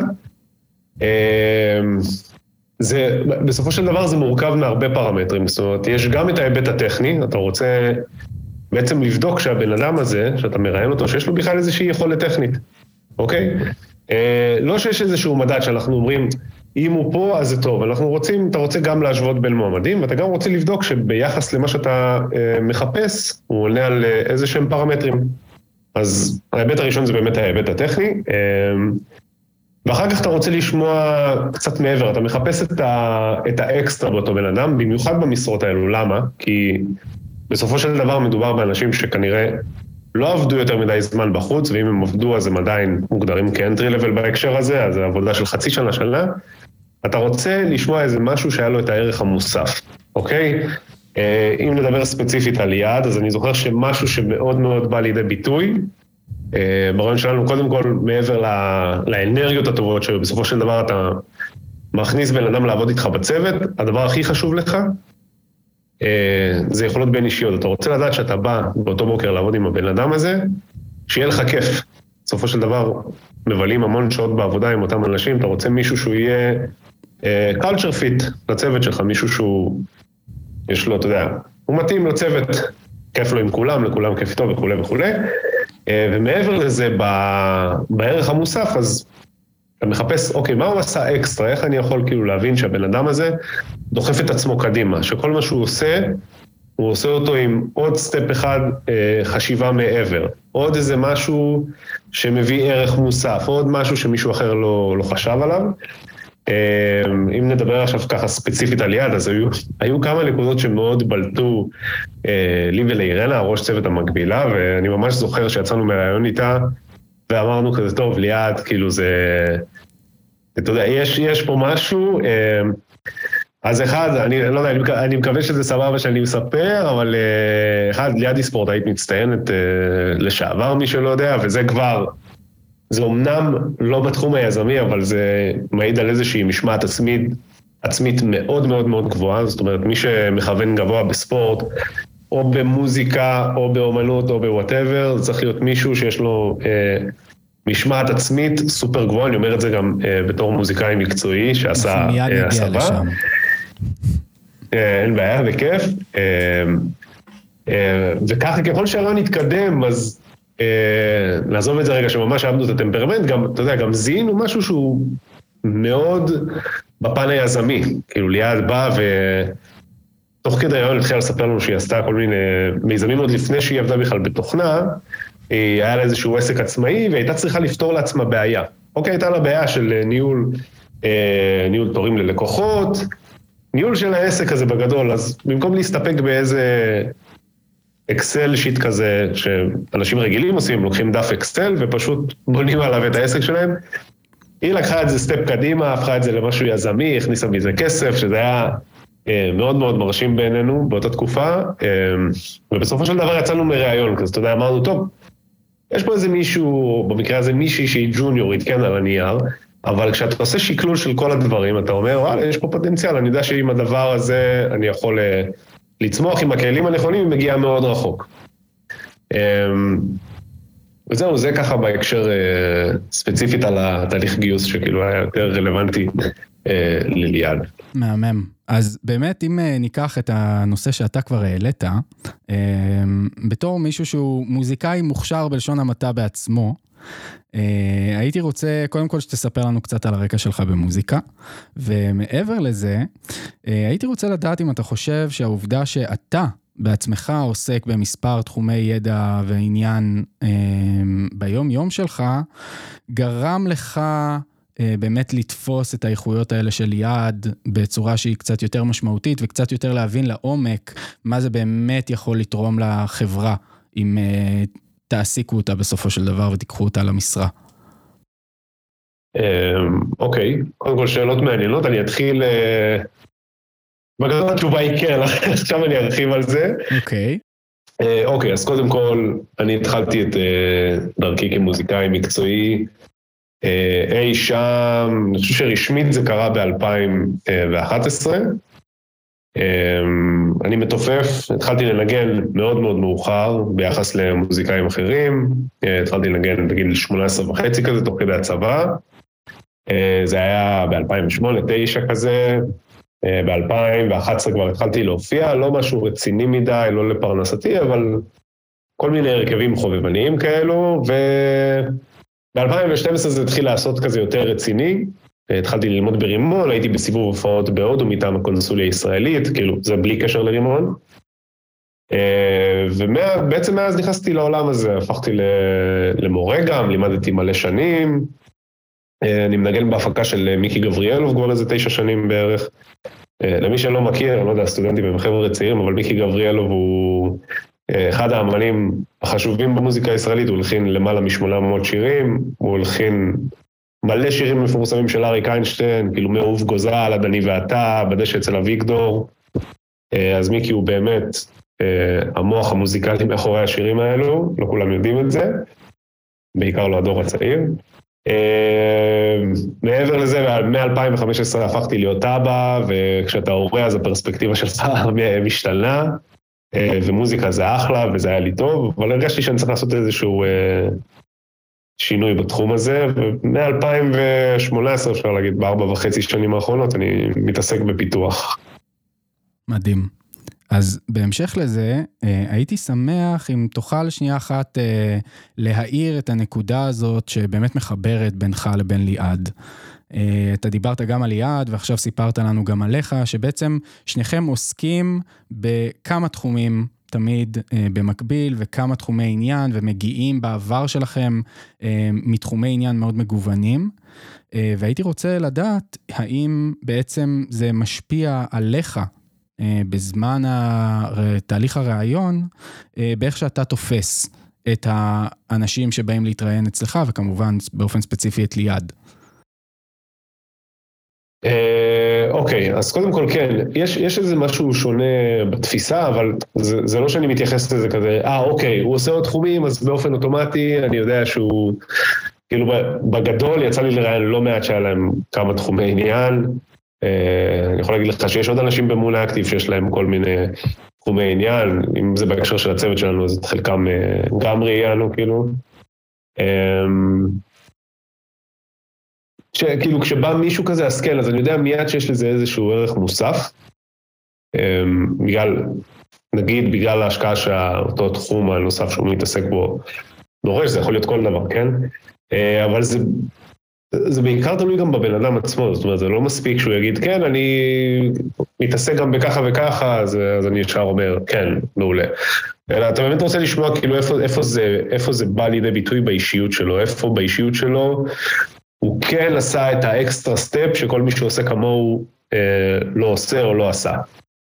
זה, בסופו של דבר זה מורכב מהרבה פרמטרים, זאת אומרת, יש גם את ההיבט הטכני, אתה רוצה בעצם לבדוק שהבן אדם הזה, שאתה מראיין אותו, שיש לו בכלל איזושהי יכולת טכנית, אוקיי? לא שיש איזשהו מדד שאנחנו אומרים, אם הוא פה, אז זה טוב. אנחנו רוצים, אתה רוצה גם להשוות בין מועמדים, ואתה גם רוצה לבדוק שביחס למה שאתה אה, מחפש, הוא עונה על אה, איזה שהם פרמטרים. אז ההיבט הראשון זה באמת ההיבט הטכני, אה, ואחר כך אתה רוצה לשמוע קצת מעבר, אתה מחפש את, ה, את האקסטרה באותו בן אדם, במיוחד במשרות האלו. למה? כי בסופו של דבר מדובר באנשים שכנראה לא עבדו יותר מדי זמן בחוץ, ואם הם עבדו אז הם עדיין מוגדרים כאנטרי לבל בהקשר הזה, אז זה עבודה של חצי שנה שנה. אתה רוצה לשמוע איזה משהו שהיה לו את הערך המוסף, אוקיי? אם נדבר ספציפית על יעד, אז אני זוכר שמשהו שמאוד מאוד בא לידי ביטוי, ברעיון שלנו קודם כל מעבר לאנרגיות הטובות, שבסופו של דבר אתה מכניס בן אדם לעבוד איתך בצוות, הדבר הכי חשוב לך, זה יכולות בין אישיות. אתה רוצה לדעת שאתה בא באותו בוקר לעבוד עם הבן אדם הזה, שיהיה לך כיף. בסופו של דבר מבלים המון שעות בעבודה עם אותם אנשים, אתה רוצה מישהו שהוא יהיה culture fit לצוות שלך, מישהו שהוא, יש לו, אתה יודע, הוא מתאים לצוות, כיף לו עם כולם, לכולם כיף איתו וכו' וכו'. ומעבר לזה, בערך המוסף, אז אתה מחפש, אוקיי, מה הוא עשה אקסטרה? איך אני יכול כאילו להבין שהבן אדם הזה דוחף את עצמו קדימה, שכל מה שהוא עושה, הוא עושה אותו עם עוד סטפ אחד חשיבה מעבר, עוד איזה משהו שמביא ערך מוסף, עוד משהו שמישהו אחר לא, לא חשב עליו. אם נדבר עכשיו ככה ספציפית על יעד, אז היו, היו כמה נקודות שמאוד בלטו לי ולאירנה, ראש צוות המקבילה, ואני ממש זוכר שיצאנו מראיון איתה, ואמרנו כזה טוב, ליעד, כאילו זה, אתה יודע, יש, יש פה משהו, אז אחד, אני לא יודע, אני, אני מקווה שזה סבבה שאני מספר, אבל אחד, ליעד ספורטאית מצטיינת לשעבר, מי שלא יודע, וזה כבר, זה אומנם לא בתחום היזמי, אבל זה מעיד על איזושהי משמעת עצמית, עצמית מאוד מאוד מאוד גבוהה, זאת אומרת, מי שמכוון גבוה בספורט, או במוזיקה, או באומנות, או בוואטאבר, צריך להיות מישהו שיש לו אה, משמעת עצמית סופר גבוהה, אני אומר את זה גם אה, בתור מוזיקאי מקצועי, שעשה אה, הסבה. מיד נגיע לשם. אה, אין בעיה, בכיף. אה, אה, וככה, ככל שהרעיון יתקדם, אז אה, נעזוב את זה רגע שממש אהבנו את הטמפרמנט, גם, אתה יודע, גם זיהינו משהו שהוא מאוד בפן היזמי, כאילו ליעד בא ו... תוך כדי היום התחילה לספר לנו שהיא עשתה כל מיני מיזמים עוד לפני שהיא עבדה בכלל בתוכנה, היה לה איזשהו עסק עצמאי והייתה צריכה לפתור לעצמה בעיה. אוקיי, הייתה לה בעיה של ניהול, אה, ניהול תורים ללקוחות, ניהול של העסק הזה בגדול, אז במקום להסתפק באיזה אקסל שיט כזה שאנשים רגילים עושים, לוקחים דף אקסל ופשוט בונים עליו את העסק שלהם, היא לקחה את זה סטפ קדימה, הפכה את זה למשהו יזמי, הכניסה מזה כסף, שזה היה מאוד מאוד מרשים בעינינו באותה תקופה, ובסופו של דבר יצאנו מראיון, אז אתה יודע, אמרנו, טוב, יש פה איזה מישהו, במקרה הזה מישהי שהיא ג'וניורית, כן, על הנייר, אבל כשאתה עושה שקלול של כל הדברים, אתה אומר, וואלה, יש פה פוטנציאל, אני יודע שעם הדבר הזה אני יכול לצמוח עם הכלים הנכונים, היא מגיעה מאוד רחוק. וזהו, זה ככה בהקשר ספציפית על התהליך גיוס, שכאילו היה יותר רלוונטי לליעד. מהמם. אז באמת, אם ניקח את הנושא שאתה כבר העלית, בתור מישהו שהוא מוזיקאי מוכשר בלשון המעטה בעצמו, הייתי רוצה קודם כל שתספר לנו קצת על הרקע שלך במוזיקה, ומעבר לזה, הייתי רוצה לדעת אם אתה חושב שהעובדה שאתה בעצמך עוסק במספר תחומי ידע ועניין ביום יום שלך, גרם לך באמת לתפוס את האיכויות האלה של ליעד בצורה שהיא קצת יותר משמעותית, וקצת יותר להבין לעומק מה זה באמת יכול לתרום לחברה, אם תעסיקו אותה בסופו של דבר ותיקחו אותה למשרה. אוקיי, קודם כל שאלות מעניינות, אני אתחיל, בגלל התשובה היא כן, עכשיו אני ארחיב על זה. אוקיי. אוקיי, אז קודם כל, אני התחלתי את דרכי כמוזיקאי מקצועי, אי שם, אני חושב שרשמית זה קרה ב-אלפיים ואחת עשרה. אני מתופף, התחלתי לנגן מאוד מאוד מאוחר ביחס למוזיקאים אחרים, התחלתי לנגן בגיל שמונה עשרה וחצי כזה, תוך כדי הצבא. זה היה ב-אלפיים ושמונה תשע כזה, ב-אלפיים ואחת עשרה כבר התחלתי להופיע, לא משהו רציני מדי, לא לפרנסתי, אבל כל מיני הרכבים חובבניים כאלו, ו... ב-אלפיים ושתים עשרה זה התחיל לעשות כזה יותר רציני, התחלתי ללמוד ברימון, הייתי בסיבוב הופעות בהודו מטעם הקונסוליה הישראלית, כאילו זה בלי קשר לרימון, ובעצם מאז נכנסתי לעולם הזה, הפכתי למורה גם, לימדתי מלא שנים, אני מנגן בהפקה של מיקי גבריאלוב כבר איזה תשע שנים בערך, למי שלא מכיר, אני לא יודע, סטודנטים הם חבר'ה צעירים, אבל מיקי גבריאלוב הוא אחד האמנים החשובים במוזיקה הישראלית, הוא הולחין למעלה משמונה מאות שירים, הוא הולחין מלא שירים מפורסמים של אריק איינשטיין, כאילו מאהוב גוזל, עד אני ואתה, בדשא אצל אביגדור, אז מיקי הוא באמת המוח המוזיקלי מאחורי השירים האלו, לא כולם יודעים את זה, בעיקר לא הדור הצעיר. מעבר לזה, מ-אלפיים וחמש עשרה הפכתי להיות אבא, וכשאתה הורה אז הפרספקטיבה שלך משתנה, ומוזיקה זה אחלה, וזה היה לי טוב, אבל הרגשתי שאני צריך לעשות איזשהו שינוי בתחום הזה, ומ-אלפיים ושמונה עשרה אפשר להגיד, בארבע וחצי שנים האחרונות, אני מתעסק בפיתוח. מדהים. אז בהמשך לזה, הייתי שמח אם תוכל שנייה אחת להאיר את הנקודה הזאת שבאמת מחברת בינך לבין ליעד. אתה דיברת גם על ליעד, ועכשיו סיפרת לנו גם עליך, שבעצם שניכם עוסקים בכמה תחומים תמיד במקביל, וכמה תחומי עניין, ומגיעים בעבר שלכם מתחומי עניין מאוד מגוונים. והייתי רוצה לדעת, האם בעצם זה משפיע עליך, בזמן תהליך הרעיון, באיך שאתה תופס את האנשים שבאים להתראיין אצלך, וכמובן באופן ספציפי את ליעד. אוקיי, אז קודם כל כן, יש, יש איזה משהו שונה בתפיסה, אבל זה, זה לא שאני מתייחס לזה כזה, אה אוקיי, הוא עושה עוד תחומים, אז באופן אוטומטי אני יודע שהוא, כאילו בגדול יצא לי לראיין לא מעט שהיה להם כמה תחומי עניין, אני יכול להגיד לך שיש עוד אנשים במונה אקטיב שיש להם כל מיני תחומי עניין, אם זה בהקשר של הצוות שלנו, אז חלקם גם ראיינו כאילו, שכאילו כשבא מישהו כזה הסקל, אז אני יודע מיד שיש לזה איזשהו ערך מוסף, בגלל, נגיד בגלל ההשקעה שאותו תחום הנוסף שהוא מתעסק בו דורש, זה יכול להיות כל דבר, כן? אבל זה, זה בעיקר תלוי גם בבן אדם עצמו, זאת אומרת, זה לא מספיק שהוא יגיד, כן, אני מתעסק גם בככה וככה, אז, אז אני ישר אומר, כן, מעולה. אלא אתה באמת רוצה לשמוע כאילו איפה, איפה, זה, איפה זה בא לידי ביטוי באישיות שלו, איפה באישיות שלו, הוא כן עשה את האקסטרה סטפ שכל מי שעושה כמוהו אה, לא עושה או לא עשה.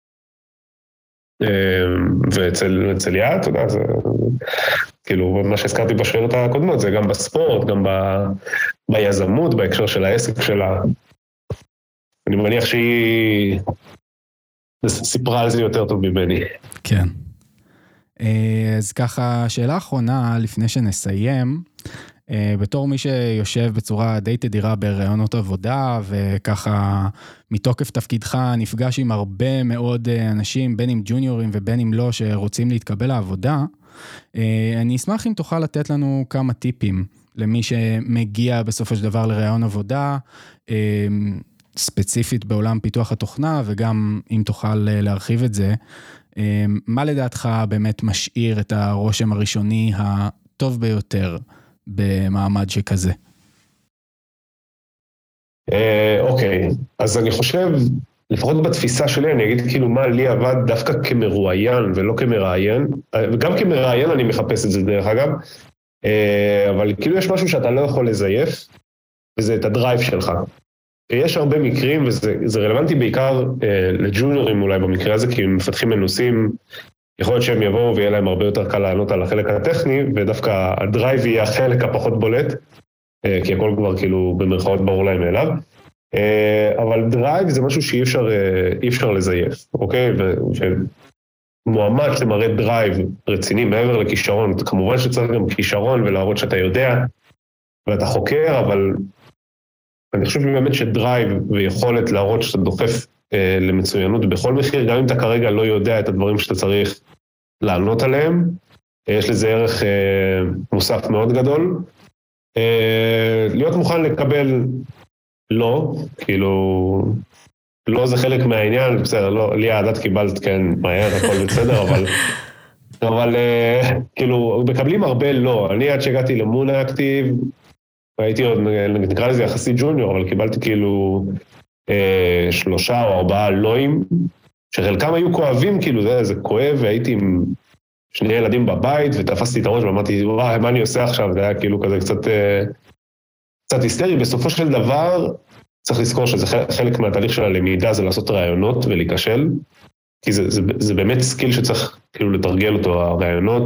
אה, ואצל, אצל יד, אתה יודע, זה, כאילו, מה שהזכרתי בשאלות הקודמות, זה גם בספורט, גם ב, ביזמות, בהקשר של העסק שלה. אני מניח שהיא סיפרה על זה יותר טוב ממני. כן. אז ככה, שאלה אחרונה, לפני שנסיים, בתור מי שיושב בצורה די תדירה ברעיונות עבודה, וככה מתוקף תפקידך נפגש עם הרבה מאוד אנשים, בין עם ג'וניורים ובין עם לא, שרוצים להתקבל לעבודה, אני אשמח אם תוכל לתת לנו כמה טיפים למי שמגיע בסופו של דבר לרעיון עבודה, ספציפית בעולם פיתוח התוכנה, וגם אם תוכל להרחיב את זה, מה לדעתך באמת משאיר את הרושם הראשוני הטוב ביותר במעמד שכזה? אוקיי, אז אני חושב, לפחות בתפיסה שלי, אני אגיד כאילו מה לי עבד דווקא כמרואיין ולא כמראיין, וגם כמראיין אני מחפש את זה דרך אגב, אבל כאילו יש משהו שאתה לא יכול לזייף, וזה את הדרייב שלך. יש הרבה מקרים, וזה רלוונטי בעיקר לג'וניורים אולי במקרה הזה, כי הם מפתחים מנוסים, יכול להיות שהם יבואו ויהיה להם הרבה יותר קל לענות על החלק הטכני, ודווקא הדרייב יהיה החלק הפחות בולט, כי הכל כבר כאילו במרכאות ברור להם אליו, אבל דרייב זה משהו שאי אפשר, אי אפשר לזייף, אוקיי? ומועמד שמראה דרייב רציני מעבר לכישרון, כמובן שצריך גם כישרון ולהראות שאתה יודע, ואתה חוקר, אבל אני חושב באמת שדרייב ויכולת להראות שאתה דוחף אה, למצוינות בכל מחיר, גם אם אתה כרגע לא יודע את הדברים שאתה צריך לענות עליהם, אה, יש לזה ערך אה, מוסף מאוד גדול. אה, להיות מוכן לקבל לא, כאילו, לא זה חלק מהעניין, בסדר, לא, לי העדת קיבלת, כן, מהר, הכל בסדר, אבל, אבל אה, כאילו, מקבלים הרבה לא. אני עד שהגעתי למונה אקטיב, הייתי עוד, נקרא לזה יחסית ג'וניור, אבל קיבלתי כאילו אה, שלושה או ארבעה לואים, שחלקם היו כואבים, כאילו זה, זה כואב, והייתי עם שני ילדים בבית, ותפסתי את הראש ואמרתי, וואי, מה אני עושה עכשיו? זה היה כאילו כזה קצת, אה, קצת היסטרי. בסופו של דבר, צריך לזכור שזה חלק מהתהליך של הלמידה, זה לעשות רעיונות ולהיכשל, כי זה, זה, זה באמת סקיל שצריך כאילו לתרגל אותו, הרעיונות.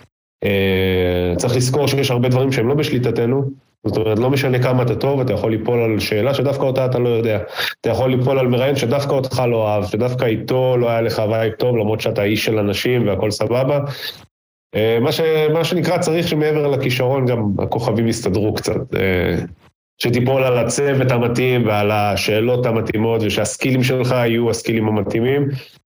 אה, צריך לזכור שיש הרבה דברים שהם לא בשליטתנו, זאת אומרת, לא משנה כמה אתה טוב, אתה יכול ליפול על שאלה שדווקא אותה אתה לא יודע. אתה יכול ליפול על מראיין שדווקא אותך לא אהב, שדווקא איתו לא היה לך וייב טוב, למרות שאתה איש של אנשים והכל סבבה. מה, ש, מה שנקרא צריך שמעבר לכישרון גם הכוכבים יסתדרו קצת. שתיפול על הצוות המתאים ועל השאלות המתאימות, ושהסקילים שלך יהיו הסקילים המתאימים.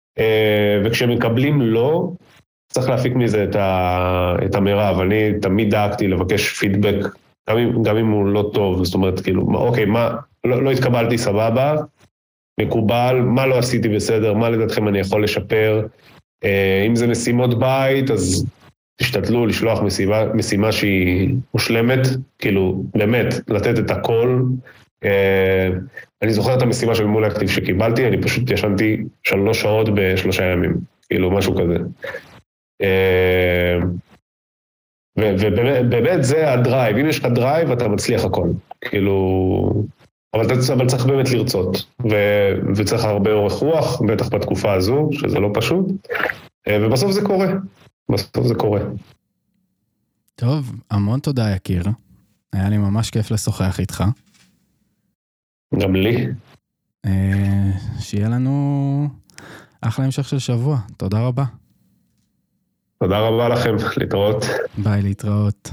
וכשמקבלים לא, צריך להפיק מזה את, ה, את המרב. אני תמיד דאגתי לבקש פידבק, גם אם, גם אם הוא לא טוב, זאת אומרת, כאילו, אוקיי, מה, לא, לא התקבלתי סבבה, מקובל, מה לא עשיתי בסדר, מה לדעתכם אני יכול לשפר, אה, אם זה משימות בית, אז תשתתלו לשלוח משימה, משימה שהיא מושלמת, כאילו, באמת, לתת את הכל. אה, אני זוכר את המשימה של מול אקטיב שקיבלתי, אני פשוט ישנתי שלוש שעות בשלושה ימים, כאילו, משהו כזה. אה, ובאמת זה הדרייב, אם יש לך דרייב אתה מצליח הכל, כאילו, אבל, אבל צריך באמת לרצות, ו, וצריך הרבה אורך רוח, בטח בתקופה הזו, שזה לא פשוט, ובסוף זה קורה, בסוף זה קורה. טוב, המון תודה יקיר, היה לי ממש כיף לשוחח איתך. גם לי. שיהיה לנו אחלה המשך של שבוע. תודה רבה. תודה רבה לכם, להתראות. ביי, להתראות.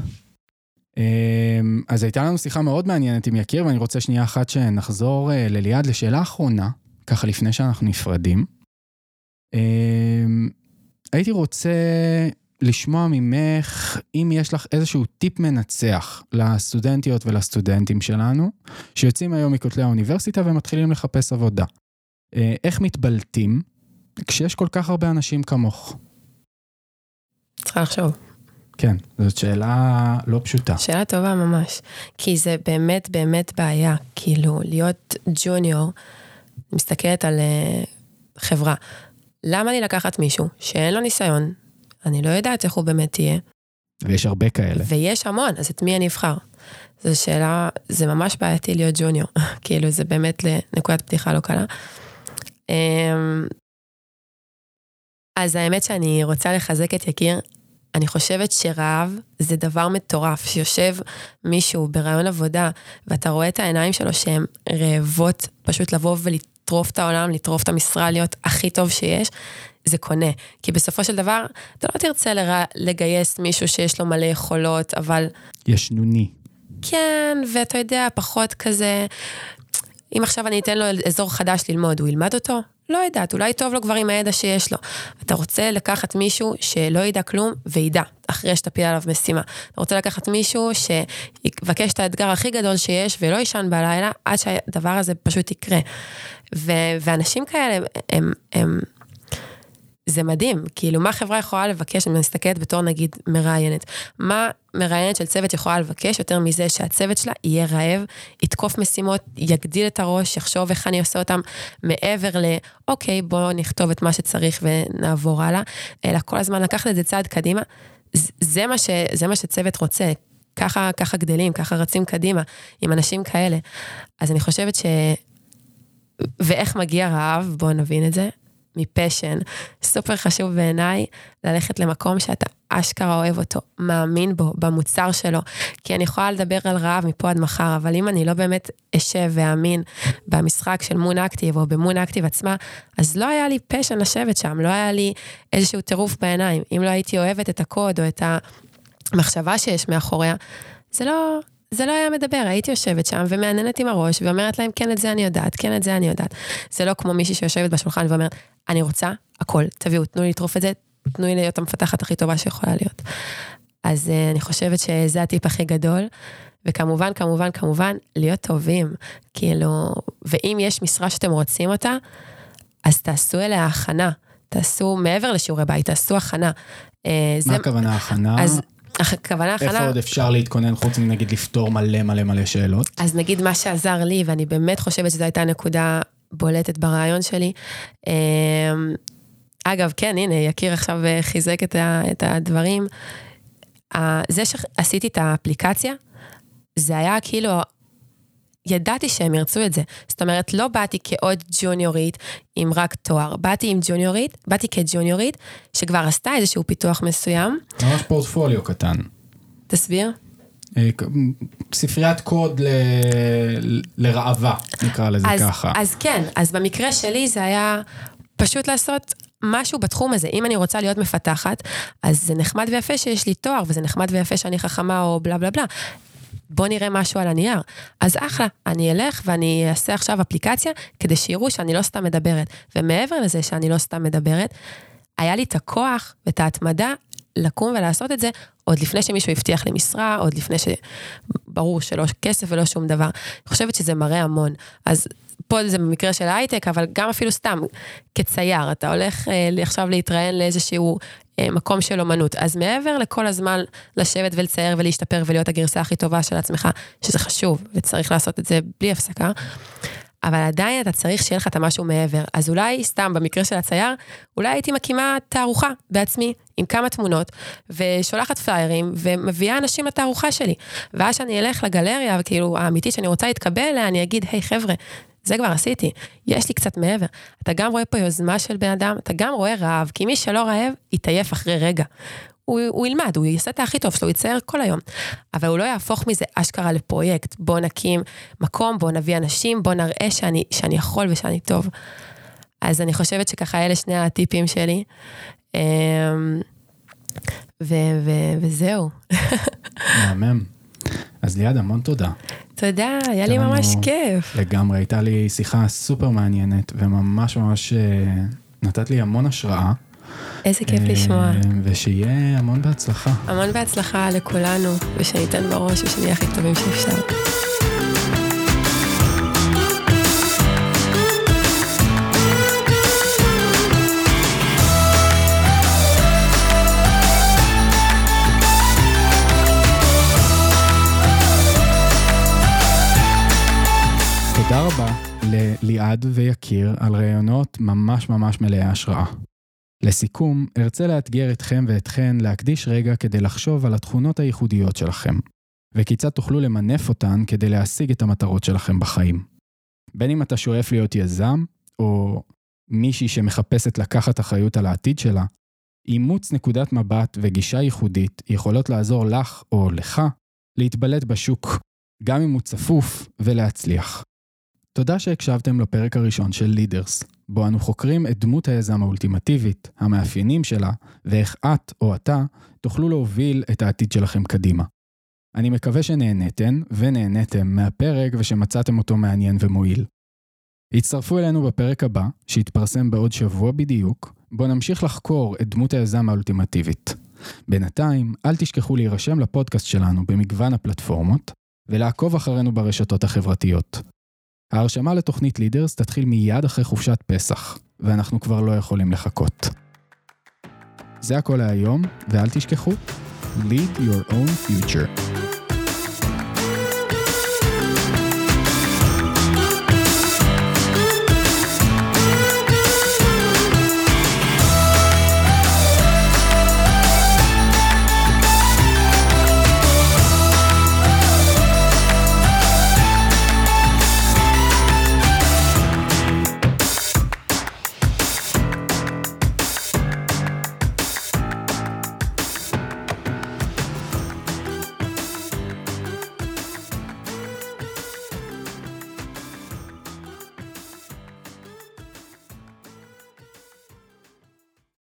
אז הייתה לנו שיחה מאוד מעניינת עם יקיר, ואני רוצה שנייה אחת שנחזור לליעד לשאלה האחרונה, ככה לפני שאנחנו נפרדים. הייתי רוצה לשמוע ממך, אם יש לך איזשהו טיפ מנצח לסטודנטיות ולסטודנטים שלנו, שיוצאים היום מכותלי האוניברסיטה ומתחילים לחפש עבודה. איך מתבלטים כשיש כל כך הרבה אנשים כמוך? צריכה לחשוב. כן, זאת שאלה לא פשוטה. שאלה טובה ממש, כי זה באמת באמת בעיה, כאילו להיות ג'וניור, מסתכלת על uh, חברה, למה לי לקחת מישהו שאין לו ניסיון, אני לא יודעת איך הוא באמת תהיה. ויש הרבה כאלה. ויש המון, אז את מי אני אבחר? זו שאלה, זה ממש בעייתי להיות ג'וניור, כאילו זה באמת לנקודת פתיחה לא קלה. אז האמת שאני רוצה לחזק את יקיר, אני חושבת שרעב זה דבר מטורף, שיושב מישהו ברעיון עבודה, ואתה רואה את העיניים שלו שהן רעבות, פשוט לבוא ולטרוף את העולם, לטרוף את המשרה, להיות הכי טוב שיש, זה קונה. כי בסופו של דבר, אתה לא תרצה לרע, לגייס מישהו שיש לו מלא יכולות, אבל... ישנוני. כן, ואתה יודע, פחות כזה... אם עכשיו אני אתן לו אזור חדש ללמוד, הוא ילמד אותו? לא יודעת, אולי טוב לו כבר עם הידע שיש לו. אתה רוצה לקחת מישהו שלא ידע כלום, וידע, אחרי שתפיל עליו משימה. אתה רוצה לקחת מישהו שיבקש את האתגר הכי גדול שיש, ולא ישן בלילה, עד שהדבר הזה פשוט יקרה. ו- ואנשים כאלה, הם, הם, זה מדהים, כאילו מה חברה יכולה לבקש, אני מסתכלת בתור נגיד מראיינת, מה מראיינת של צוות יכולה לבקש יותר מזה שהצוות שלה יהיה רעב, יתקוף משימות, יגדיל את הראש, יחשוב איך אני עושה אותם מעבר לאוקיי, בואו נכתוב את מה שצריך ונעבור הלאה, אלא כל הזמן לקחת את זה צעד קדימה, זה מה, ש, זה מה שצוות רוצה, ככה, ככה גדלים, ככה רצים קדימה, עם אנשים כאלה, אז אני חושבת ש... ואיך מגיע רעב, בואו נבין את זה, מפשן, סופר חשוב בעיניי, ללכת למקום שאתה אשכרה אוהב אותו, מאמין בו, במוצר שלו, כי אני יכולה לדבר על רעב מפה עד מחר, אבל אם אני לא באמת אשב ואמין במשחק של מון אקטיב, או במון אקטיב עצמה, אז לא היה לי פשן לשבת שם, לא היה לי איזשהו טירוף בעיניים, אם לא הייתי אוהבת את הקוד, או את המחשבה שיש מאחוריה, זה לא... זה לא היה מדבר, הייתי יושבת שם ומעננת עם הראש ואומרת להם, כן, את זה אני יודעת, כן, את זה אני יודעת. זה לא כמו מישהי שיושבת בשולחן ואומרת, אני רוצה הכל, תביאו, תנו לי לטרוף את זה, תנו לי להיות המפתחת הכי טובה שיכולה להיות. אז uh, אני חושבת שזה הטיפ הכי גדול, וכמובן, כמובן, כמובן, להיות טובים, כאילו, ואם יש משרה שאתם רוצים אותה, אז תעשו אליה הכנה, תעשו מעבר לשיעורי בית, תעשו הכנה. מה זה... הכוונה הכנה? אז... הכוונה, הכנה... איפה עוד אפשר להתכונן חוץ מנגיד לפתור מלא מלא מלא שאלות? אז נגיד מה שעזר לי, ואני באמת חושבת שזו הייתה נקודה בולטת ברעיון שלי. אגב, כן, הנה, יקיר עכשיו חיזק את, ה, את הדברים. זה שעשיתי את האפליקציה, זה היה כאילו... ידעתי שהם ירצו את זה. זאת אומרת, לא באתי כעוד ג'וניורית עם רק תואר. באתי עם ג'וניורית, באתי כג'וניורית, שכבר עשתה איזשהו פיתוח מסוים. ממש פורטפוליו קטן. תסביר? ספריית קוד ל... לרעבה, נקרא לזה אז, ככה. אז כן, אז במקרה שלי זה היה פשוט לעשות משהו בתחום הזה. אם אני רוצה להיות מפתחת, אז זה נחמד ויפה שיש לי תואר, וזה נחמד ויפה שאני חכמה או בלה בלה בלה. בוא נראה משהו על הנייר. אז אחלה, אני אלך ואני אעשה עכשיו אפליקציה, כדי שיראו שאני לא סתם מדברת. ומעבר לזה שאני לא סתם מדברת, היה לי את הכוח ואת ההתמדה לקום ולעשות את זה, עוד לפני שמישהו הבטיח לי משרה, עוד לפני שברור שלא כסף ולא שום דבר. אני חושבת שזה מראה המון. אז פה זה במקרה של ההייטק, אבל גם אפילו סתם כצייר, אתה הולך אה, עכשיו להתראיין לאיזשהו אה, מקום של אומנות. אז מעבר לכל הזמן לשבת ולצייר ולהשתפר ולהיות הגרסה הכי טובה של עצמך, שזה חשוב וצריך לעשות את זה בלי הפסקה, אבל עדיין אתה צריך שיהיה לך את המשהו מעבר. אז אולי סתם במקרה של הצייר, אולי הייתי מקימה תערוכה בעצמי, עם כמה תמונות, ושולחת פליירים, ומביאה אנשים לתערוכה שלי. ואז שאני אלך לגלריה, וכאילו האמיתית שאני רוצה להתקבל אליה, אני אגיד, היי חבר'ה, זה כבר עשיתי, יש לי קצת מעבר. אתה גם רואה פה יוזמה של בן אדם, אתה גם רואה רעב, כי מי שלא רעב, יתעייף אחרי רגע. הוא, הוא ילמד, הוא יעשה את הכי טוב שלו, הוא יצייר כל היום. אבל הוא לא יהפוך מזה אשכרה לפרויקט. בוא נקים מקום, בוא נביא אנשים, בוא נראה שאני, שאני יכול ושאני טוב. אז אני חושבת שככה אלה שני הטיפים שלי. ו- ו- וזהו. מהמם. אז ליעד, המון תודה. תודה, היה לי ממש כיף. לגמרי, הייתה לי שיחה סופר מעניינת, וממש ממש נתת לי המון השראה. איזה כיף לשמוע. ושיהיה המון בהצלחה. המון בהצלחה לכולנו, ושניתן בראש ושנהיה הכי טובים שאפשר. תודה רבה לליעד ויקיר על רעיונות ממש ממש מלאי השראה. לסיכום, ארצה לאתגר אתכם ואתכן להקדיש רגע כדי לחשוב על התכונות הייחודיות שלכם, וכיצד תוכלו למנף אותן כדי להשיג את המטרות שלכם בחיים. בין אם אתה שואף להיות יזם, או מישהי שמחפשת לקחת אחריות על העתיד שלה, אימוץ נקודת מבט וגישה ייחודית יכולות לעזור לך או לך להתבלט בשוק, גם אם הוא צפוף, ולהצליח. תודה שהקשבתם לפרק הראשון של לידרס, בו אנו חוקרים את דמות היזם האולטימטיבית, המאפיינים שלה, ואיך את או אתה תוכלו להוביל את העתיד שלכם קדימה. אני מקווה שנהנתן ונהנתם מהפרק ושמצאתם אותו מעניין ומועיל. הצטרפו אלינו בפרק הבא, שיתפרסם בעוד שבוע בדיוק, בו נמשיך לחקור את דמות היזם האולטימטיבית. בינתיים, אל תשכחו להירשם לפודקאסט שלנו במגוון הפלטפורמות, ולעקוב אחרינו ברשתות החברתיות. ההרשמה לתוכנית לידרס תתחיל מיד אחרי חופשת פסח, ואנחנו כבר לא יכולים לחכות. זה הכל להיום, ואל תשכחו, Lead your own future.